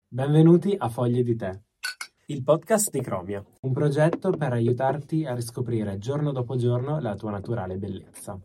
Benvenuti a Foglie di Tè, il podcast di Cromia, un progetto per aiutarti a riscoprire giorno dopo giorno la tua naturale bellezza.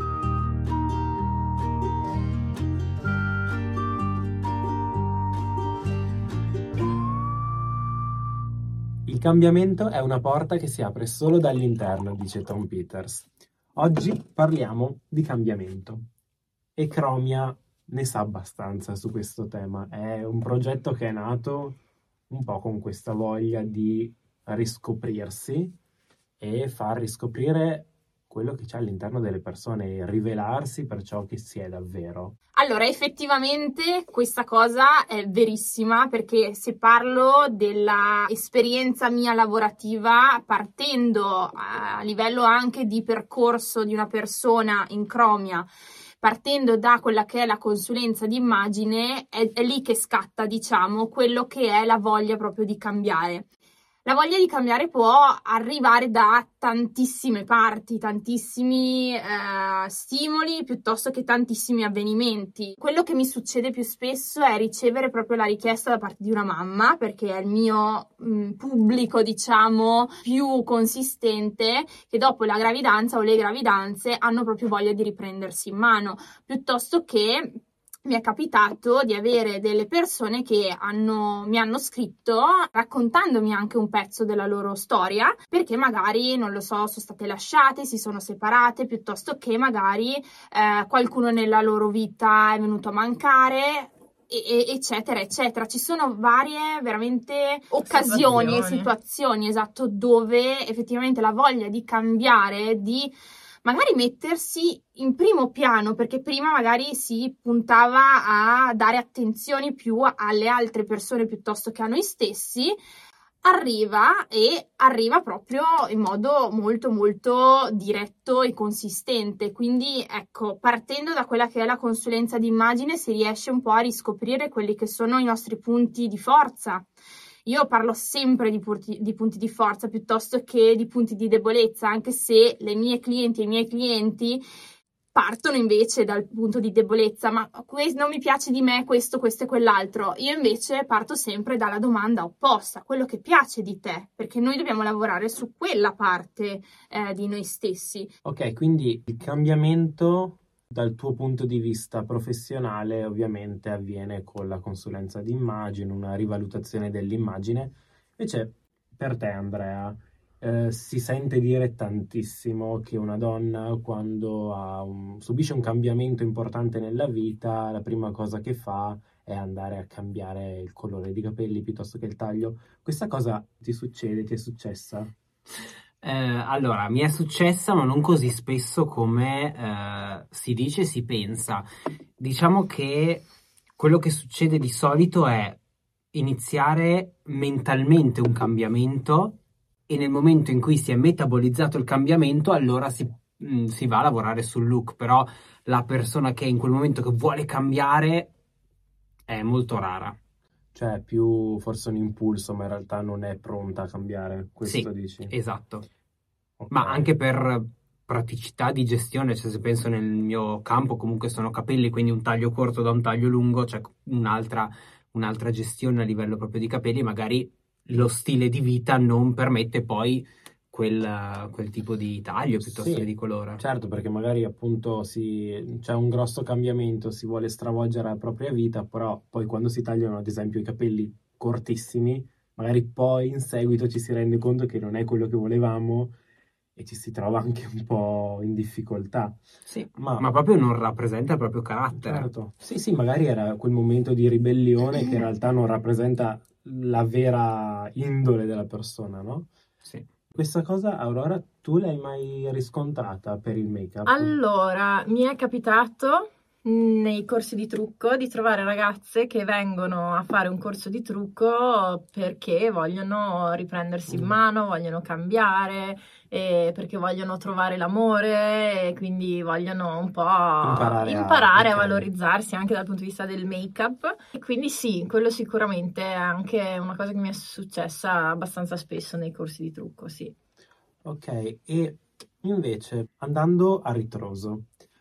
Il cambiamento è una porta che si apre solo dall'interno, dice Tom Peters. Oggi parliamo di cambiamento e Cromia ne sa abbastanza su questo tema. È un progetto che è nato un po' con questa voglia di riscoprirsi e far riscoprire quello che c'è all'interno delle persone e rivelarsi per ciò che si è davvero. Allora, effettivamente questa cosa è verissima, perché se parlo della esperienza mia lavorativa, partendo a livello anche di percorso di una persona in Cromia, partendo da quella che è la consulenza d'immagine, è lì che scatta, diciamo, quello che è la voglia proprio di cambiare. La voglia di cambiare può arrivare da tantissime parti, tantissimi stimoli, piuttosto che tantissimi avvenimenti. Quello che mi succede più spesso è ricevere proprio la richiesta da parte di una mamma, perché è il mio pubblico, diciamo, più consistente, che dopo la gravidanza o le gravidanze hanno proprio voglia di riprendersi in mano, piuttosto che mi è capitato di avere delle persone che mi hanno scritto raccontandomi anche un pezzo della loro storia, perché magari, non lo so, sono state lasciate, si sono separate, piuttosto che magari qualcuno nella loro vita è venuto a mancare, eccetera, eccetera. Ci sono varie veramente occasioni e situazioni, esatto, dove effettivamente la voglia di cambiare, di magari mettersi in primo piano, perché prima magari si puntava a dare attenzioni più alle altre persone piuttosto che a noi stessi, arriva proprio in modo molto molto diretto e consistente. Quindi ecco, partendo da quella che è la consulenza d'immagine, si riesce un po' a riscoprire quelli che sono i nostri punti di forza. Io parlo sempre di punti di forza piuttosto che di punti di debolezza, anche se le mie clienti e i miei clienti partono invece dal punto di debolezza, ma non mi piace di me questo e quell'altro. Io invece parto sempre dalla domanda opposta, quello che piace di te, perché noi dobbiamo lavorare su quella parte di noi stessi. Ok, quindi il cambiamento dal tuo punto di vista professionale ovviamente avviene con la consulenza d'immagine, una rivalutazione dell'immagine. Invece per te, Andrea, si sente dire tantissimo che una donna quando subisce un cambiamento importante nella vita, la prima cosa che fa è andare a cambiare il colore di capelli piuttosto che il taglio. Questa cosa ti succede? Ti è successa? Allora, mi è successa, ma non così spesso come si dice e si pensa. Diciamo che quello che succede di solito è iniziare mentalmente un cambiamento e nel momento in cui si è metabolizzato il cambiamento, allora si va a lavorare sul look. Però la persona che in quel momento che vuole cambiare è molto rara. Cioè, più forse un impulso, ma in realtà non è pronta a cambiare, questo Sì, dici? esatto. Ok. Ma anche per praticità di gestione, cioè se penso nel mio campo comunque sono capelli, quindi un taglio corto da un taglio lungo, c'è un'altra gestione a livello proprio di capelli, magari lo stile di vita non permette poi quel tipo di taglio piuttosto che di colore. Certo, perché magari appunto c'è un grosso cambiamento, si vuole stravolgere la propria vita, però poi quando si tagliano ad esempio i capelli cortissimi, magari poi in seguito ci si rende conto che non è quello che volevamo e ci si trova anche un po' in difficoltà. Sì, ma proprio non rappresenta il proprio carattere. Certo. Sì, magari era quel momento di ribellione che in realtà non rappresenta la vera indole della persona, no? Sì. Questa cosa, Aurora, tu l'hai mai riscontrata per il make-up? Allora, mi è capitato nei corsi di trucco di trovare ragazze che vengono a fare un corso di trucco perché vogliono riprendersi in mano, vogliono cambiare, perché vogliono trovare l'amore e quindi vogliono un po' imparare a valorizzarsi anche dal punto di vista del make-up. E quindi sì, quello sicuramente è anche una cosa che mi è successa abbastanza spesso nei corsi di trucco, sì. Ok, e invece andando a ritroso,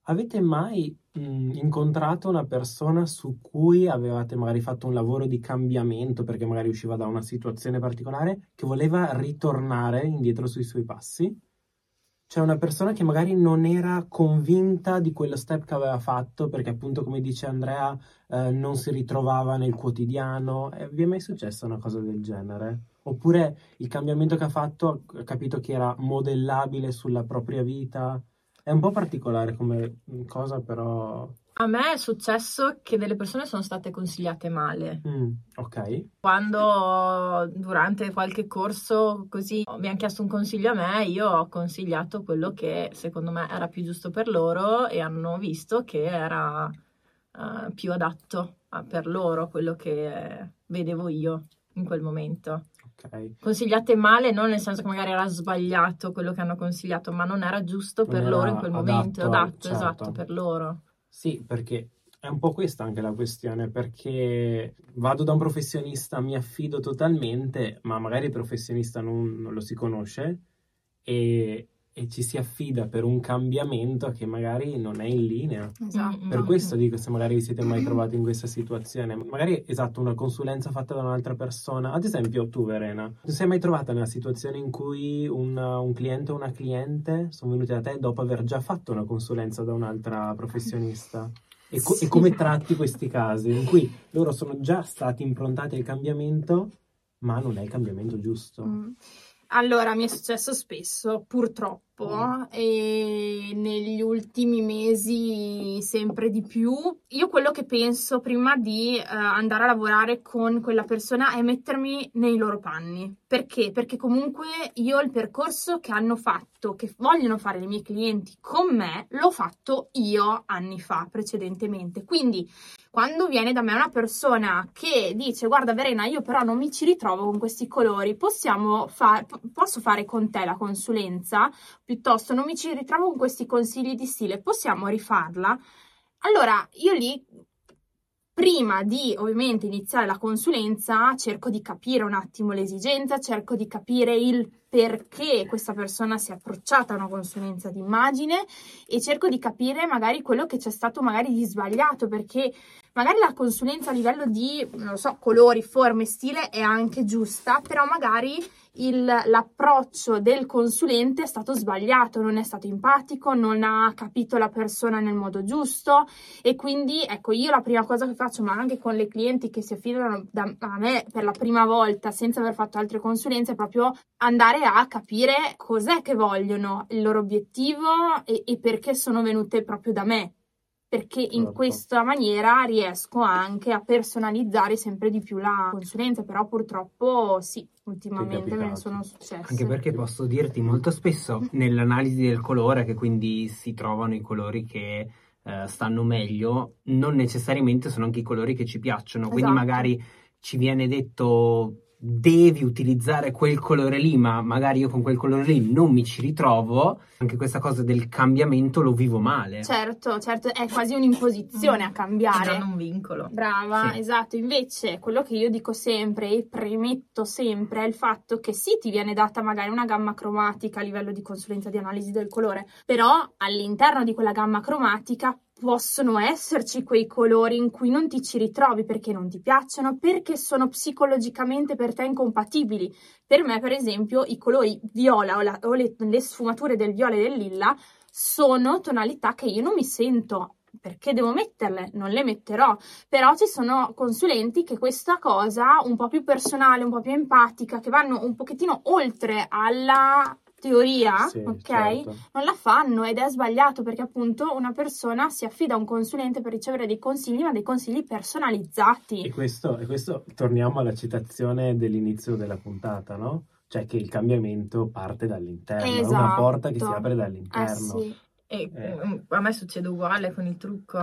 Avete mai incontrato una persona su cui avevate magari fatto un lavoro di cambiamento perché magari usciva da una situazione particolare che voleva ritornare indietro sui suoi passi? C'è una persona che magari non era convinta di quello step che aveva fatto perché appunto, come dice Andrea, non si ritrovava nel quotidiano. Vi è mai successa una cosa del genere? Oppure il cambiamento che ha fatto ha capito che era modellabile sulla propria vita? È un po' particolare come cosa, però... A me è successo che delle persone sono state consigliate male. Ok. Quando durante qualche corso così mi hanno chiesto un consiglio a me, io ho consigliato quello che secondo me era più giusto per loro e hanno visto che era più adatto per loro, quello che vedevo io in quel momento. Okay. Consigliate male, non nel senso che magari era sbagliato quello che hanno consigliato, ma non era giusto Non per era loro in quel momento, adatto, certo. esatto, per loro. Sì, perché è un po' questa anche la questione, perché vado da un professionista, mi affido totalmente, ma magari il professionista non lo si conosce e ci si affida per un cambiamento che magari non è in linea. Esatto. Per questo dico, se magari vi siete mai trovati in questa situazione, magari esatto, una consulenza fatta da un'altra persona, ad esempio tu Verena, ti sei mai trovata nella situazione in cui un cliente o una cliente sono venuti da te dopo aver già fatto una consulenza da un'altra professionista? E come tratti questi casi in cui loro sono già stati improntati al cambiamento, ma non è il cambiamento giusto? Allora, mi è successo spesso, purtroppo, e negli ultimi mesi sempre di più. Io quello che penso prima di andare a lavorare con quella persona è mettermi nei loro panni. Perché? Perché comunque io il percorso che hanno fatto, che vogliono fare i miei clienti con me, l'ho fatto io anni fa, precedentemente. Quindi, quando viene da me una persona che dice guarda Verena, io però non mi ci ritrovo con questi colori, posso fare con te la consulenza, piuttosto non mi ci ritrovo con questi consigli di stile, possiamo rifarla? Allora io lì, prima di ovviamente iniziare la consulenza, cerco di capire un attimo l'esigenza, cerco di capire il perché questa persona si è approcciata a una consulenza di immagine e cerco di capire magari quello che c'è stato magari di sbagliato, perché magari la consulenza a livello di, non lo so, colori, forme, stile è anche giusta, però magari l'approccio del consulente è stato sbagliato, non è stato empatico, non ha capito la persona nel modo giusto e quindi ecco, io la prima cosa che faccio, ma anche con le clienti che si affidano a me per la prima volta senza aver fatto altre consulenze, è proprio andare a capire cos'è che vogliono, il loro obiettivo e perché sono venute proprio da me. Perché in questa maniera riesco anche a personalizzare sempre di più la consulenza, però purtroppo sì, ultimamente me ne sono successe. Anche perché posso dirti molto spesso nell'analisi del colore, che quindi si trovano i colori che stanno meglio, non necessariamente sono anche i colori che ci piacciono, quindi Esatto. magari ci viene detto devi utilizzare quel colore lì, ma magari io con quel colore lì non mi ci ritrovo. Anche questa cosa del cambiamento lo vivo male. Certo, è quasi un'imposizione a cambiare. Non un vincolo. Brava, Sì. esatto. Invece quello che io dico sempre e premetto sempre è il fatto che sì, ti viene data magari una gamma cromatica a livello di consulenza di analisi del colore, però all'interno di quella gamma cromatica possono esserci quei colori in cui non ti ci ritrovi perché non ti piacciono, perché sono psicologicamente per te incompatibili. Per me, per esempio, i colori viola o le sfumature del viola e del lilla sono tonalità che io non mi sento. Perché devo metterle? Non le metterò. Però ci sono consulenti che questa cosa un po' più personale, un po' più empatica, che vanno un pochettino oltre alla teoria, Sì, ok? certo. Non la fanno ed è sbagliato perché appunto una persona si affida a un consulente per ricevere dei consigli, ma dei consigli personalizzati. E questo torniamo alla citazione dell'inizio della puntata, no? Cioè che il cambiamento parte dall'interno, è una Esatto. porta che si apre dall'interno. Sì. E a me succede uguale con il trucco,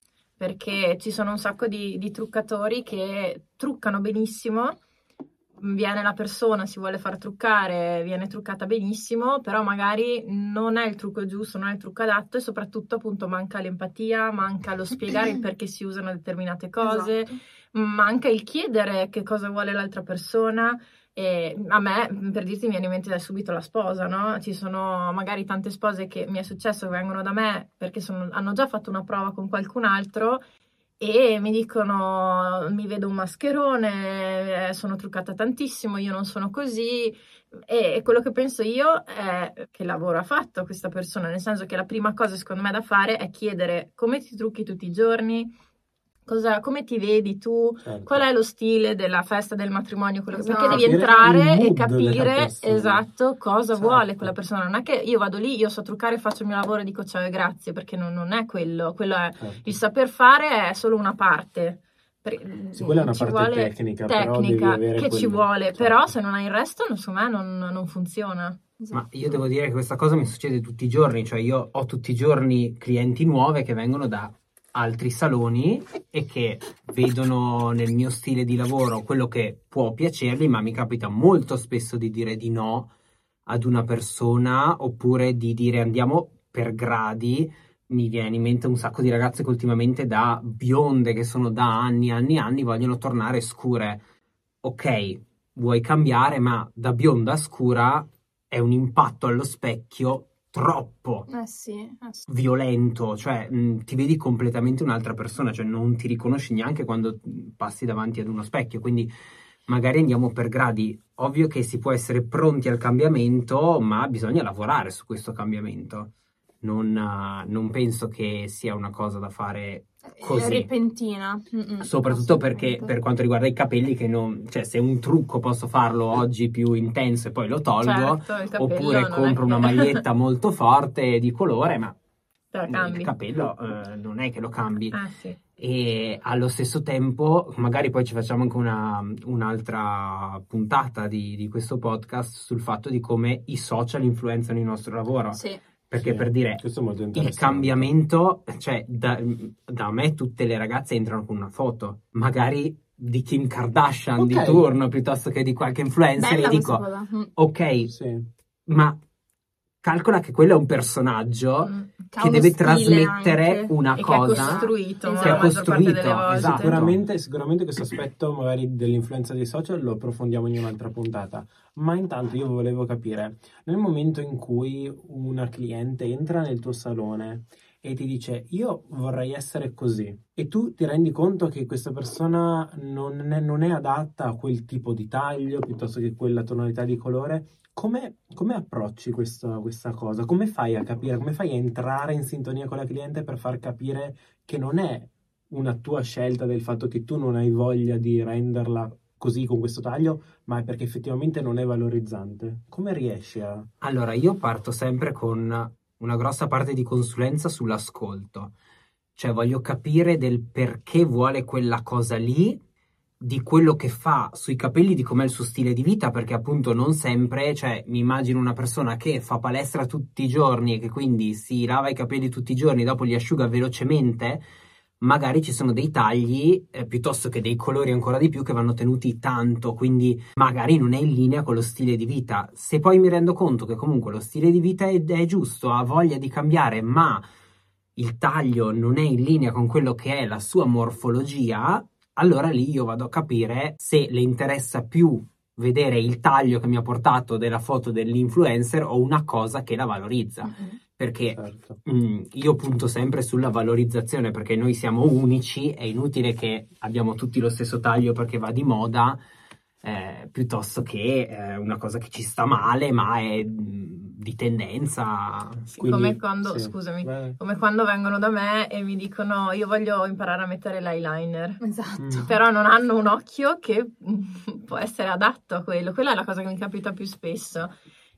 perché ci sono un sacco di truccatori che truccano benissimo, viene la persona, si vuole far truccare, viene truccata benissimo, però magari non è il trucco giusto, non è il trucco adatto e soprattutto appunto manca l'empatia, manca lo spiegare il perché si usano determinate cose, Esatto. ma anche il chiedere che cosa vuole l'altra persona. E a me, per dirti, mi viene in mente subito la sposa, no? Ci sono magari tante spose che mi è successo che vengono da me perché hanno già fatto una prova con qualcun altro e mi dicono: mi vedo un mascherone, sono truccata tantissimo, io non sono così. E quello che penso io è che lavoro ha fatto questa persona, nel senso che la prima cosa secondo me da fare è chiedere come ti trucchi tutti i giorni, come ti vedi tu, Certo. qual è lo stile della festa del matrimonio, quello che, Esatto. perché devi Capire il entrare e mood della capire persona. esatto cosa Certo. vuole quella persona. Non è che io vado lì, io so truccare, faccio il mio lavoro e dico ciao e grazie, perché non è quello è Certo. il saper fare è solo una parte. Sì, quella è una Ci parte vuole tecnica, però devi avere che ci quello. vuole, Certo. però se non hai il resto, secondo me non funziona. Ma io devo dire che questa cosa mi succede tutti i giorni, cioè io ho tutti i giorni clienti nuove che vengono da altri saloni e che vedono nel mio stile di lavoro quello che può piacergli, ma mi capita molto spesso di dire di no ad una persona oppure di dire andiamo per gradi. Mi viene in mente un sacco di ragazze che ultimamente da bionde, che sono da anni, vogliono tornare scure. Ok, vuoi cambiare, ma da bionda a scura è un impatto allo specchio troppo Sì. violento, cioè ti vedi completamente un'altra persona, cioè non ti riconosci neanche quando passi davanti ad uno specchio, quindi magari andiamo per gradi. Ovvio che si può essere pronti al cambiamento, ma bisogna lavorare su questo cambiamento. Non penso che sia una cosa da fare così repentina. soprattutto perché Assolutamente. per quanto riguarda i capelli, che cioè se un trucco posso farlo oggi più intenso e poi lo tolgo, Certo, il capello oppure non è compro una che- maglietta molto forte di colore, ma Te la il cambi. capello non è che lo cambi. Sì. E allo stesso tempo magari poi ci facciamo anche un'altra puntata di questo podcast sul fatto di come i social influenzano il nostro lavoro. Sì. Perché Sì, per dire, questo è molto il interessante. cambiamento, cioè da me tutte le ragazze entrano con una foto, magari di Kim Kardashian Ok. di turno piuttosto che di qualche influencer, Bella e questa dico, cosa. ok, Sì. ma calcola che quello è un personaggio Che ha che uno deve stile trasmettere anche. una E che è cosa costruito, Esatto. la maggior parte delle Costruito, volte. esatto. Sicuramente questo aspetto magari dell'influenza dei social lo approfondiamo in un'altra puntata, ma intanto io volevo capire, nel momento in cui una cliente entra nel tuo salone e ti dice io vorrei essere così e tu ti rendi conto che questa persona non è adatta a quel tipo di taglio piuttosto che quella tonalità di colore, come approcci questa cosa? Come fai a capire, come fai a entrare in sintonia con la cliente per far capire che non è una tua scelta del fatto che tu non hai voglia di renderla così con questo taglio, ma è perché effettivamente non è valorizzante? Come riesci a... Allora, io parto sempre con una grossa parte di consulenza sull'ascolto, cioè voglio capire del perché vuole quella cosa lì, di quello che fa sui capelli, di com'è il suo stile di vita, perché appunto non sempre, cioè mi immagino una persona che fa palestra tutti i giorni e che quindi si lava i capelli tutti i giorni, dopo li asciuga velocemente, magari ci sono dei tagli piuttosto che dei colori ancora di più che vanno tenuti tanto, quindi magari non è in linea con lo stile di vita. Se poi mi rendo conto che comunque lo stile di vita è giusto, ha voglia di cambiare, ma il taglio non è in linea con quello che è la sua morfologia, allora lì io vado a capire se le interessa più vedere il taglio che mi ha portato della foto dell'influencer o una cosa che la valorizza. Perché Certo. io punto sempre sulla valorizzazione, perché noi siamo unici, è inutile che abbiamo tutti lo stesso taglio perché va di moda, piuttosto che una cosa che ci sta male ma è di tendenza. Sì, Quindi, come quando, sì. scusami, Beh. come quando vengono da me e mi dicono io voglio imparare a mettere l'eyeliner. Esatto. Però non hanno un occhio che può essere adatto a quello. Quella è la cosa che mi capita più spesso.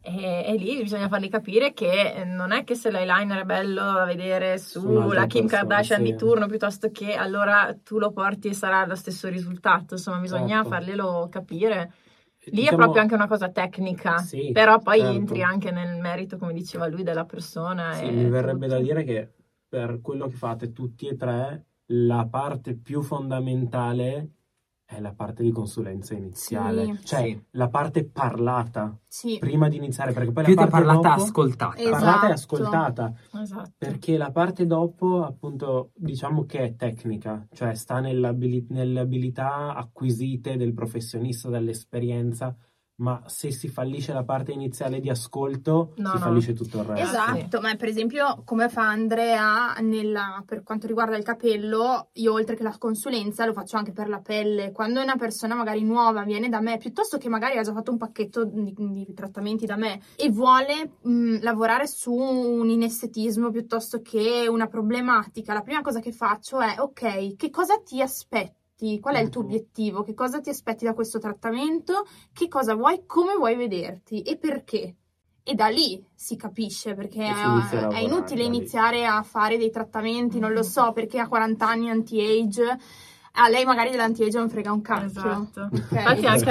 E lì bisogna fargli capire che non è che se l'eyeliner è bello da vedere sulla Kim Kardashian di turno piuttosto che allora tu lo porti e sarà lo stesso risultato. Insomma, bisogna Certo. farglielo capire. Lì Diciamo- è proprio anche una cosa tecnica, Sì, però poi certo. entri anche nel merito, come diceva lui, della persona. Sì, e mi verrebbe tutto. da dire che per quello che fate tutti e tre, la parte più fondamentale è la parte di consulenza iniziale, cioè sì. la parte parlata Sì. prima di iniziare, perché poi Più la che parte parlata, dopo, ascoltata. parlata e Esatto. ascoltata, Esatto. perché la parte dopo, appunto, diciamo che è tecnica, cioè sta nelle abilità acquisite del professionista, dall'esperienza, ma se si fallisce la parte iniziale di ascolto, si fallisce tutto il resto. Esatto, ma per esempio come fa Andrea per quanto riguarda il capello, io oltre che la consulenza lo faccio anche per la pelle. Quando una persona magari nuova viene da me, piuttosto che magari ha già fatto un pacchetto di trattamenti da me e vuole lavorare su un inestetismo piuttosto che una problematica, la prima cosa che faccio è: ok, che cosa ti aspetti? Qual è il tuo obiettivo? Che cosa ti aspetti da questo trattamento? Che cosa vuoi? Come vuoi vederti? E perché? E da lì si capisce, perché è inutile iniziare a fare dei trattamenti, non lo so, perché ha 40 anni anti-age. A lei magari dell'anti-age non frega un cazzo. Esatto. Okay. Infatti anche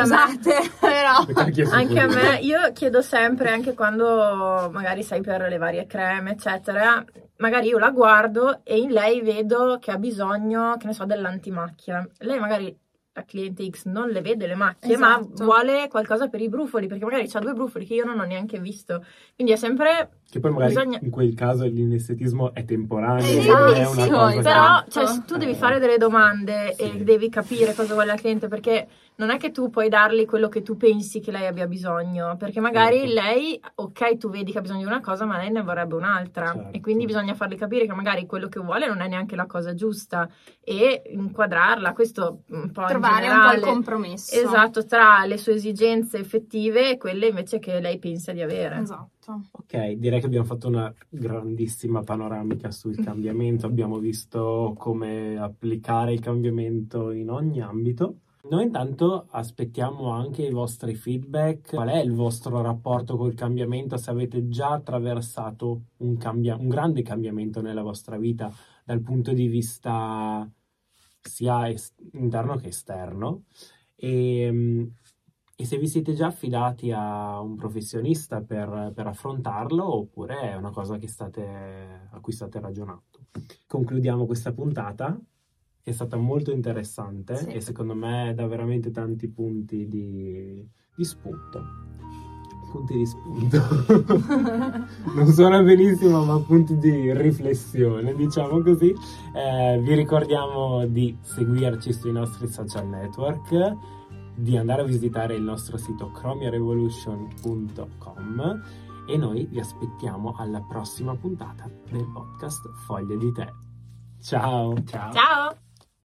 Scusate, a me, io chiedo sempre, anche quando magari sai per le varie creme, eccetera, magari io la guardo e in lei vedo che ha bisogno, che ne so, dell'antimacchia. Lei magari, la cliente X, non le vede le macchie, Esatto. ma vuole qualcosa per i brufoli, perché magari c'ha 2 brufoli che io non ho neanche visto. Quindi è sempre... Che poi magari in quel caso l'inestetismo è temporaneo, Esatto, non è una cosa però che... cioè, tu devi fare delle domande e devi capire cosa vuole la cliente, perché non è che tu puoi dargli quello che tu pensi che lei abbia bisogno, perché magari lei, ok, tu vedi che ha bisogno di una cosa, ma lei ne vorrebbe un'altra, e quindi bisogna farle capire che magari quello che vuole non è neanche la cosa giusta e inquadrarla, questo un po' trovare in generale, un po' il compromesso. esatto, tra le sue esigenze effettive e quelle invece che lei pensa di avere. Esatto. Ok, direi che abbiamo fatto una grandissima panoramica sul cambiamento, abbiamo visto come applicare il cambiamento in ogni ambito. Noi intanto aspettiamo anche i vostri feedback. Qual è il vostro rapporto col cambiamento? Se avete già attraversato un grande cambiamento nella vostra vita dal punto di vista sia interno che esterno, e se vi siete già affidati a un professionista per affrontarlo, oppure è una cosa a cui state ragionando. Concludiamo questa puntata, che è stata molto interessante e secondo me dà veramente tanti punti di spunto. Punti di spunto. Non suona benissimo, ma punti di riflessione, diciamo così. Vi ricordiamo di seguirci sui nostri social network, di andare a visitare il nostro sito chromiarevolution.com e noi vi aspettiamo alla prossima puntata del podcast Foglie di Tè. Ciao! Ciao!